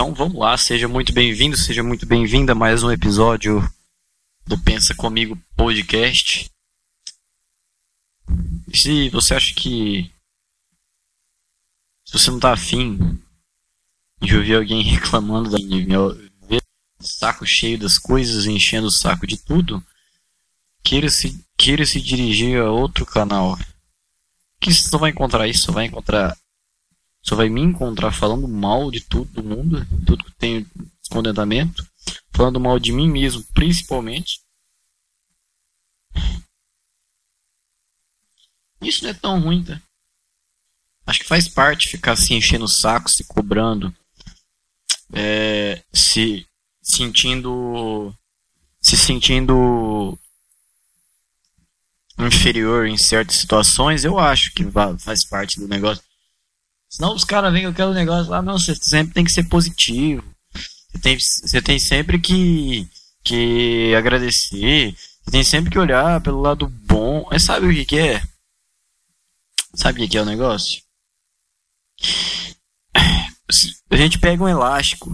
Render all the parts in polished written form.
Então vamos lá, seja muito bem-vindo, seja muito bem-vinda a mais um episódio do Pensa Comigo Podcast. E se você acha que se você não tá afim de ouvir alguém reclamando de ver saco cheio das coisas, enchendo o saco de tudo, queira se dirigir a outro canal. Que você só vai encontrar isso, só vai me encontrar falando mal de tudo do mundo, tudo que tem descontentamento, falando mal de mim mesmo, principalmente. Isso não é tão ruim, tá? Acho que faz parte ficar se enchendo o saco, se cobrando, se sentindo inferior em certas situações. Eu acho que faz parte do negócio. Senão os caras vêm com aquele negócio lá, não, você sempre tem que ser positivo. Você tem sempre que agradecer. Você tem sempre que olhar pelo lado bom. Mas sabe o que é? Sabe o que é o negócio? A gente pega um elástico.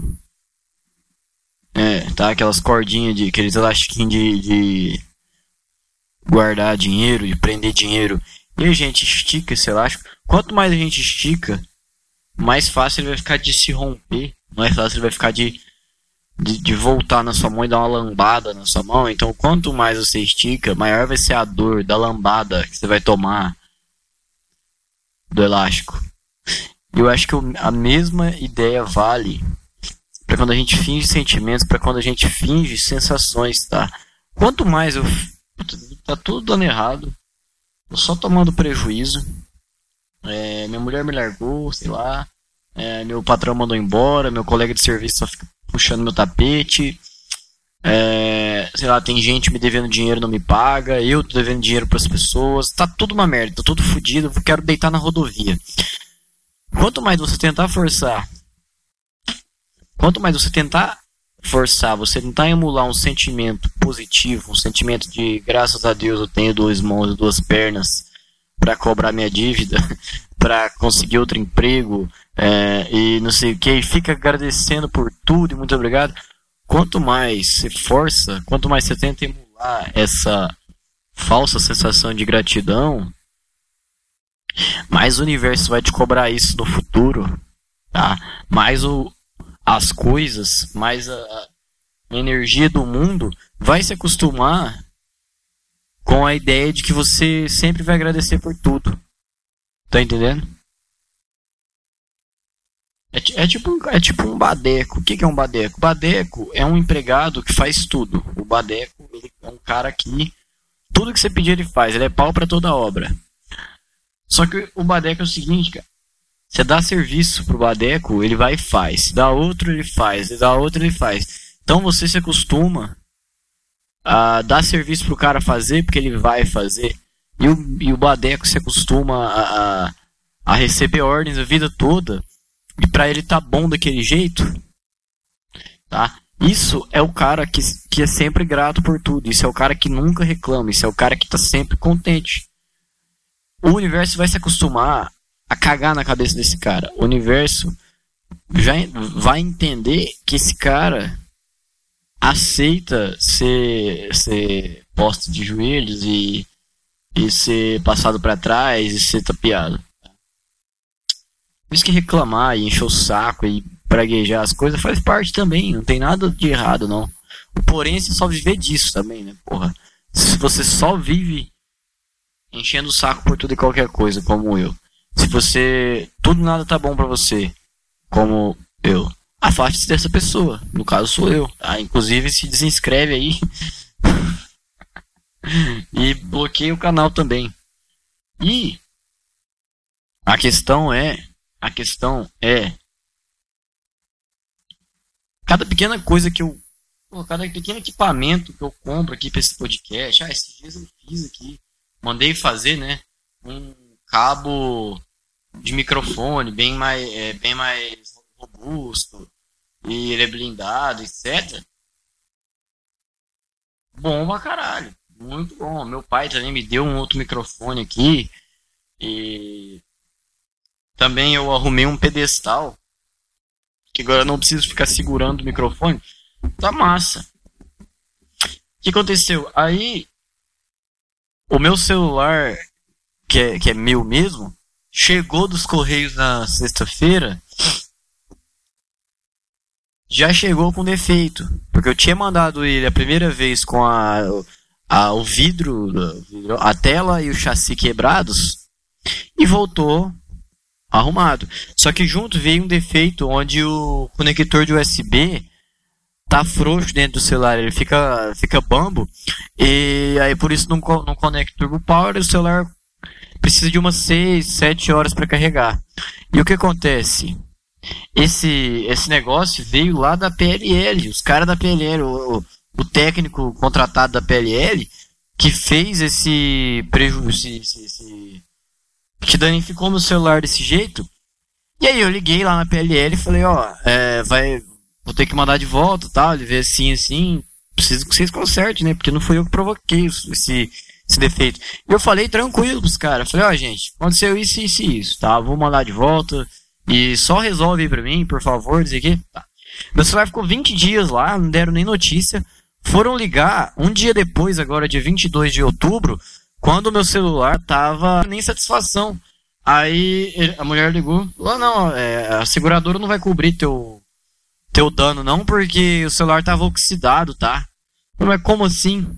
Tá? Aquelas cordinhas, aqueles elastiquinhos de guardar dinheiro e prender dinheiro. E a gente estica esse elástico. Quanto mais a gente estica, mais fácil ele vai ficar de se romper. Mais fácil ele vai ficar de voltar na sua mão e dar uma lambada na sua mão. Então quanto mais você estica, maior vai ser a dor da lambada que você vai tomar do elástico. Eu acho que a mesma ideia vale para quando a gente finge sentimentos, para quando a gente finge sensações, tá? Quanto mais tá tudo dando errado, tô só tomando prejuízo, minha mulher me largou, sei lá, meu patrão mandou embora, meu colega de serviço só fica puxando meu tapete, sei lá, tem gente me devendo dinheiro, não me paga, eu tô devendo dinheiro pras pessoas, tá tudo uma merda, tô tudo fodido, eu quero deitar na rodovia. Quanto mais você tentar forçar, você tentar emular um sentimento positivo, um sentimento de graças a Deus eu tenho 2 mãos e 2 pernas para cobrar minha dívida, para conseguir outro emprego, e não sei o que, e fica agradecendo por tudo e muito obrigado. Quanto mais você força, quanto mais você tenta emular essa falsa sensação de gratidão, mais o universo vai te cobrar isso no futuro, tá? Mais as coisas, mais a energia do mundo vai se acostumar com a ideia de que você sempre vai agradecer por tudo. Tá entendendo? É tipo um badeco. O que é um badeco? Badeco é um empregado que faz tudo. O badeco, ele é um cara que tudo que você pedir ele faz. Ele é pau pra toda obra. Só que o badeco é o seguinte, cara. Você dá serviço pro badeco, ele vai e faz. Se dá outro, ele faz. Se dá outro, ele faz. Então você se acostuma a dar serviço pro cara fazer, porque ele vai fazer. E o badeco se acostuma a receber ordens a vida toda. E pra ele tá bom daquele jeito. Tá? Isso é o cara que é sempre grato por tudo. Isso é o cara que nunca reclama. Isso é o cara que tá sempre contente. O universo vai se acostumar a cagar na cabeça desse cara. O universo já vai entender que esse cara aceita ser posto de joelhos e ser passado para trás e ser tapeado. Por isso que reclamar e encher o saco e praguejar as coisas faz parte também. Não tem nada de errado, não. Porém, você só viver disso também, né? Porra. Se você só vive enchendo o saco por tudo e qualquer coisa, como eu. Se você... tudo nada tá bom pra você, como eu. Afaste-se dessa pessoa. No caso, sou eu. Tá? Inclusive, se desinscreve aí. E bloqueia o canal também. E a questão é... cada pequena coisa que eu... cada pequeno equipamento que eu compro aqui pra esse podcast... esses dias eu fiz aqui... mandei fazer, né, um cabo de microfone bem mais robusto e ele é blindado, etc. Bom pra caralho, muito bom. Meu pai também me deu um outro microfone aqui e também eu arrumei um pedestal que agora eu não preciso ficar segurando o microfone. Tá massa. O que aconteceu? Aí, o meu celular, que é meu mesmo, chegou dos Correios na sexta-feira, já chegou com defeito. Porque eu tinha mandado ele a primeira vez com o vidro, a tela e o chassi quebrados, e voltou arrumado. Só que junto veio um defeito onde o conector de USB tá frouxo dentro do celular, ele fica bambo, e aí por isso não conecta o Turbo Power e o celular precisa de umas 6, 7 horas para carregar. E o que acontece? Esse negócio veio lá da PLL, os caras da PLL, o técnico contratado da PLL, que fez esse prejuízo, que danificou meu celular desse jeito. E aí eu liguei lá na PLL e falei, vou ter que mandar de volta, tal. Ele veio assim, preciso que vocês consertem, né? Porque não fui eu que provoquei esse defeito. E eu falei tranquilo pros caras, falei, gente, aconteceu isso, tá? Vou mandar de volta e só resolve aí pra mim, por favor, dizer que tá. Meu celular ficou 20 dias lá, não deram nem notícia. Foram ligar um dia depois, agora dia 22 de outubro, quando o meu celular tava nem satisfação. Aí a mulher ligou, falou, não, a seguradora não vai cobrir teu dano não, porque o celular tava oxidado, tá? Mas como assim?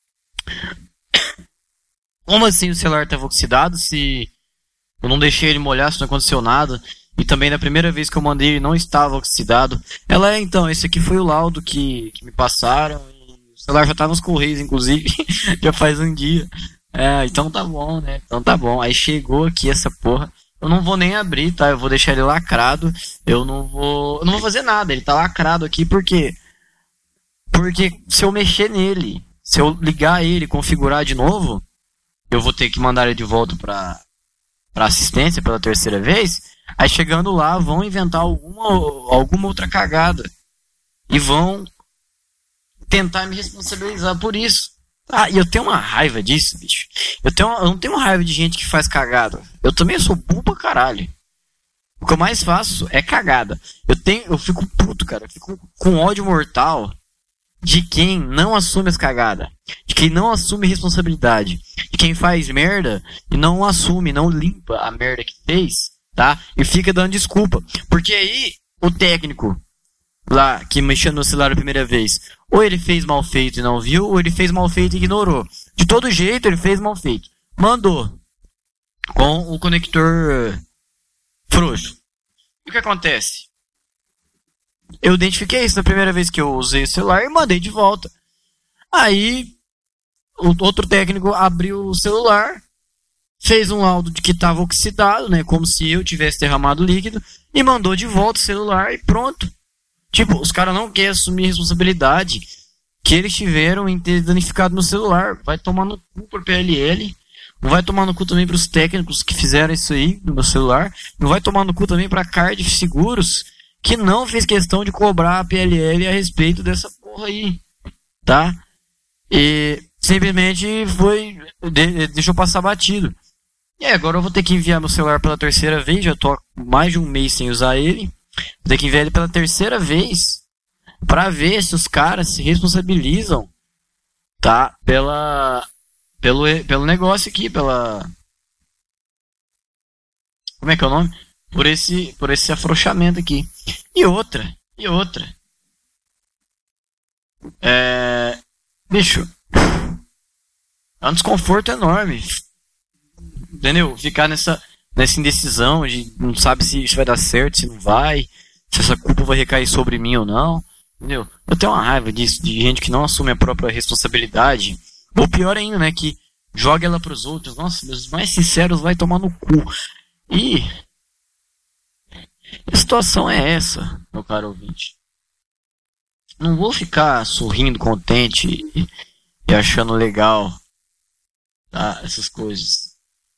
Como assim o celular tava oxidado se eu não deixei ele molhar, se não aconteceu nada? E também na primeira vez que eu mandei ele não estava oxidado. Então, esse aqui foi o laudo que me passaram. E o celular já tá nos Correios, inclusive, já faz um dia. Então tá bom, né? Então tá bom. Aí chegou aqui essa porra. Eu não vou nem abrir, tá? Eu vou deixar ele lacrado. Eu não vou fazer nada. Ele tá lacrado aqui porque se eu mexer nele, se eu ligar ele, configurar de novo, eu vou ter que mandar ele de volta pra assistência pela terceira vez. Aí chegando lá, vão inventar alguma outra cagada e vão tentar me responsabilizar por isso. E eu tenho uma raiva disso, bicho. Eu não tenho raiva de gente que faz cagada. Eu também sou burro pra caralho. O que eu mais faço é cagada. Eu fico puto, cara. Eu fico com ódio mortal de quem não assume as cagadas. De quem não assume responsabilidade. De quem faz merda e não assume, não limpa a merda que fez, tá? E fica dando desculpa. Porque aí, o técnico lá, que mexeu no celular a primeira vez, ou ele fez mal feito e não viu, ou ele fez mal feito e ignorou. De todo jeito, ele fez mal feito. Mandou. Com o conector frouxo. E o que acontece? Eu identifiquei isso na primeira vez que eu usei o celular e mandei de volta. Aí, o outro técnico abriu o celular, fez um laudo de que estava oxidado, né? Como se eu tivesse derramado líquido, e mandou de volta o celular e pronto. Tipo, os caras não querem assumir a responsabilidade que eles tiveram em ter danificado meu celular. Vai tomar no cu por PLL. Não vai tomar no cu também pros técnicos que fizeram isso aí no meu celular. Não vai tomar no cu também pra Card Seguros, que não fez questão de cobrar a PLL a respeito dessa porra aí. Tá? E simplesmente deixou passar batido. E agora eu vou ter que enviar meu celular pela terceira vez. Já tô há mais de um mês sem usar ele. Vou ter que enviar ele pela terceira vez pra ver se os caras se responsabilizam, tá? Pelo negócio aqui, como é que é o nome? Por esse afrouxamento aqui. E outra. Bicho, é um desconforto enorme. Entendeu? Ficar nessa indecisão de não sabe se vai dar certo, se não vai, se essa culpa vai recair sobre mim ou não, entendeu? Eu tenho uma raiva disso, de gente que não assume a própria responsabilidade, ou pior ainda, né, que joga ela pros outros. Nossa, meus mais sinceros vai tomar no cu. E a situação é essa, meu caro ouvinte. Não vou ficar sorrindo, contente e achando legal, tá, essas coisas.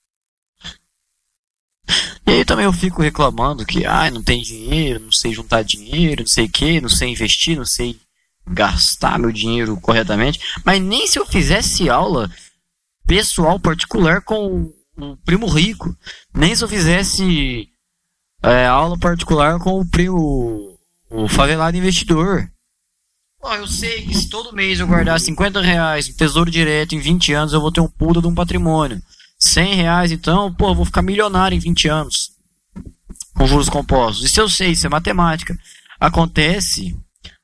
E aí também eu fico reclamando que não tem dinheiro, não sei juntar dinheiro, não sei o que, não sei investir, não sei gastar meu dinheiro corretamente. Mas nem se eu fizesse aula pessoal particular com o primo rico, nem se eu fizesse aula particular com o o favelado investidor. Pô, eu sei que se todo mês eu guardar R$ 50 no Tesouro Direto em 20 anos, eu vou ter um puta de um patrimônio. R$ 100, então, pô, eu vou ficar milionário em 20 anos. Com juros compostos. Isso eu sei, isso é matemática. Acontece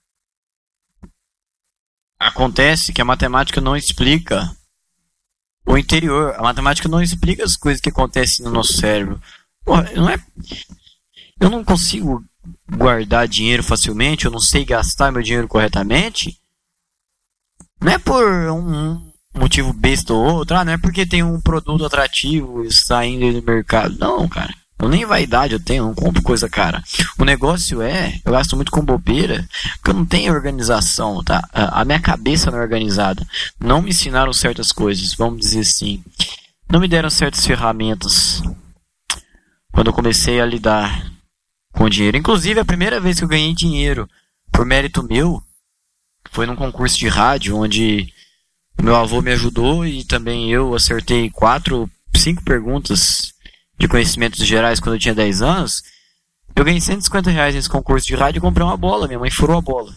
que a matemática não explica o interior. A matemática não explica as coisas que acontecem no nosso cérebro. Porra, eu não consigo guardar dinheiro facilmente, eu não sei gastar meu dinheiro corretamente. Não é por um motivo besta ou outro, não é porque tem um produto atrativo saindo do mercado. Não, cara. Eu nem vaidade eu tenho, eu não compro coisa cara. O negócio eu gasto muito com bobeira, porque eu não tenho organização, tá? A minha cabeça não é organizada. Não me ensinaram certas coisas, vamos dizer assim. Não me deram certas ferramentas quando eu comecei a lidar com dinheiro. Inclusive, a primeira vez que eu ganhei dinheiro por mérito meu foi num concurso de rádio, onde meu avô me ajudou e também eu acertei 5 perguntas de conhecimentos gerais quando eu tinha 10 anos. Eu ganhei R$ 150 nesse concurso de rádio e comprei uma bola. Minha mãe furou a bola.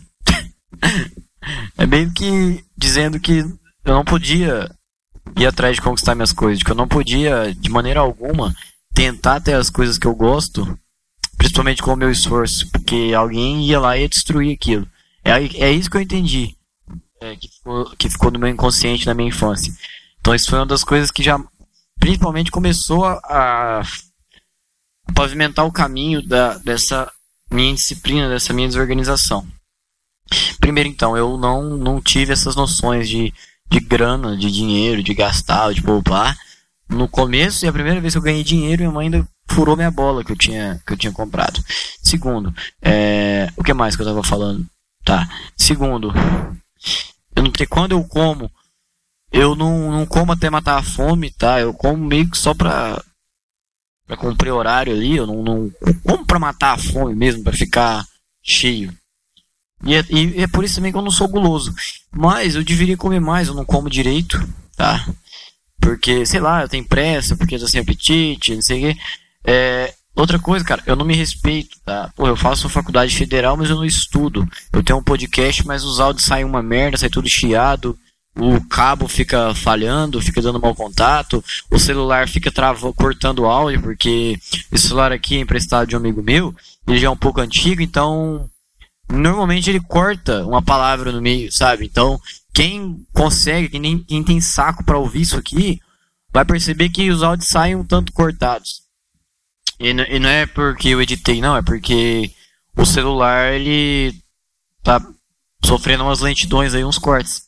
É meio que dizendo que eu não podia ir atrás de conquistar minhas coisas, que eu não podia, de maneira alguma, tentar ter as coisas que eu gosto, principalmente com o meu esforço, porque alguém ia lá e ia destruir aquilo. É isso que eu entendi, que ficou no meu inconsciente na minha infância. Então isso foi uma das coisas que já principalmente começou a pavimentar o caminho dessa minha indisciplina, dessa minha desorganização. Primeiro, então, eu não tive essas noções de grana, de dinheiro, de gastar, de poupar. No começo, e a primeira vez que eu ganhei dinheiro, minha mãe ainda furou minha bola que eu tinha comprado. Segundo, o que mais que eu tava falando? Tá. Segundo, quando eu como, eu não como até matar a fome, tá? Eu como meio que só pra cumprir horário ali. Eu não como pra matar a fome mesmo, pra ficar cheio. E é por isso também que eu não sou guloso. Mas eu deveria comer mais, eu não como direito, tá? Porque, sei lá, eu tenho pressa, porque eu tô sem apetite, não sei o quê. Outra coisa, cara, eu não me respeito, tá? Pô, eu faço faculdade federal, mas eu não estudo. Eu tenho um podcast, mas os áudios saem uma merda, sai tudo chiado. O cabo fica falhando, fica dando mau contato, o celular fica cortando o áudio, porque esse celular aqui é emprestado de um amigo meu, ele já é um pouco antigo, então normalmente ele corta uma palavra no meio, sabe? Então quem consegue, quem tem saco pra ouvir isso aqui, vai perceber que os áudios saem um tanto cortados. E não é porque eu editei, não, é porque o celular ele tá sofrendo umas lentidões aí, uns cortes.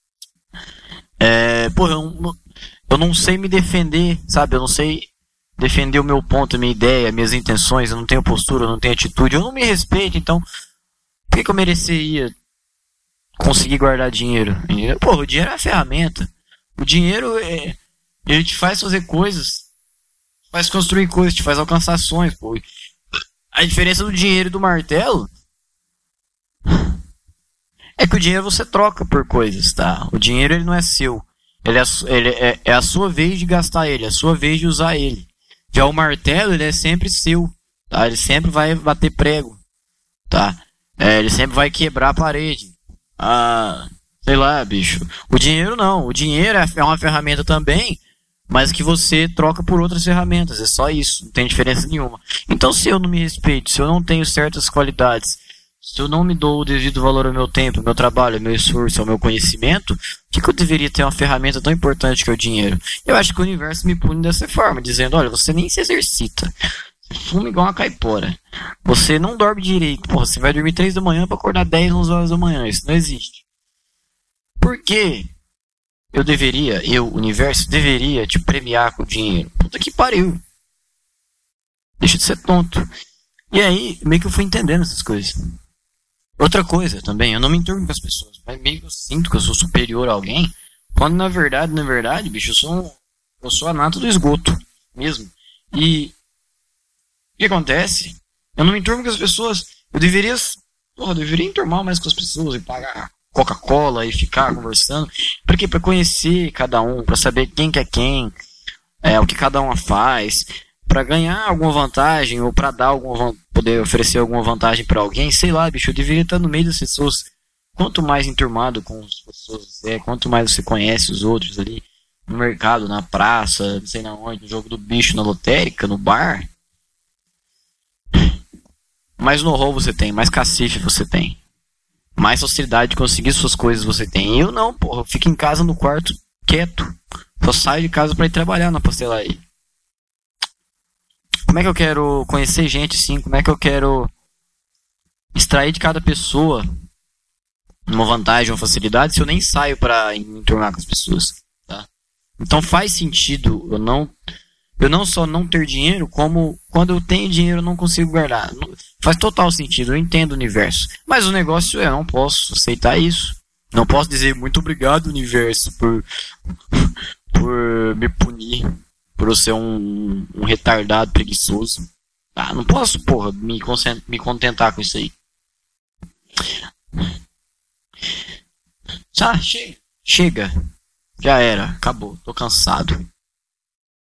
Eu não sei me defender, sabe? Eu não sei defender o meu ponto, a minha ideia, minhas intenções. Eu não tenho postura, eu não tenho atitude. Eu não me respeito, então por que eu mereceria conseguir guardar dinheiro? Pô, o dinheiro é a ferramenta. O dinheiro ele te faz fazer coisas, faz construir coisas, te faz alcançar sonhos. Pô. A diferença do dinheiro e do martelo é que o dinheiro você troca por coisas, tá? O dinheiro ele não é seu. Ele é a sua vez de gastar ele, é a sua vez de usar ele. Já o martelo, ele é sempre seu, tá? Ele sempre vai bater prego, tá? Ele sempre vai quebrar a parede. Sei lá, bicho. O dinheiro não. O dinheiro é uma ferramenta também, mas que você troca por outras ferramentas. É só isso, não tem diferença nenhuma. Então, se eu não me respeito, se eu não tenho certas qualidades, se eu não me dou o devido valor ao meu tempo, ao meu trabalho, ao meu esforço, ao meu conhecimento, por que eu deveria ter uma ferramenta tão importante que é o dinheiro? Eu acho que o universo me pune dessa forma, dizendo, olha, você nem se exercita. Você fuma igual uma caipora. Você não dorme direito. Porra, você vai dormir 3 da manhã para acordar 10, 11 horas da manhã. Isso não existe. Por que o universo, deveria te premiar com dinheiro? Puta que pariu. Deixa de ser tonto. E aí, meio que eu fui entendendo essas coisas. Outra coisa também, eu não me enturmo com as pessoas, mas meio que eu sinto que eu sou superior a alguém, quando na verdade, bicho, eu sou a nata do esgoto mesmo. E o que acontece? Eu não me enturmo com as pessoas, eu deveria enturmar mais com as pessoas e pagar Coca-Cola e ficar conversando. Pra quê? Pra conhecer cada um, pra saber quem que é quem, o que cada um faz, pra ganhar alguma vantagem ou pra dar poder oferecer alguma vantagem pra alguém, sei lá, bicho, eu deveria estar no meio das pessoas. Quanto mais enturmado com as pessoas você é, quanto mais você conhece os outros ali no mercado, na praça, não sei na onde, no jogo do bicho, na lotérica, no bar, mais know-how você tem, mais cacife você tem, mais facilidade de conseguir suas coisas você tem. Eu não, porra, eu fico em casa no quarto, quieto. Só saio de casa pra ir trabalhar na pastelaria. Como é que eu quero conhecer gente assim? Como é que eu quero extrair de cada pessoa uma vantagem, uma facilidade, se eu nem saio pra me enturmar com as pessoas, tá? Então faz sentido eu não só não ter dinheiro, como quando eu tenho dinheiro eu não consigo guardar. Faz total sentido, eu entendo o universo. Mas o negócio é, eu não posso aceitar isso. Não posso dizer muito obrigado, universo, por me punir, por eu ser um retardado preguiçoso. Ah, não posso, porra, me contentar com isso aí. Ah, chega. Já era, acabou, tô cansado.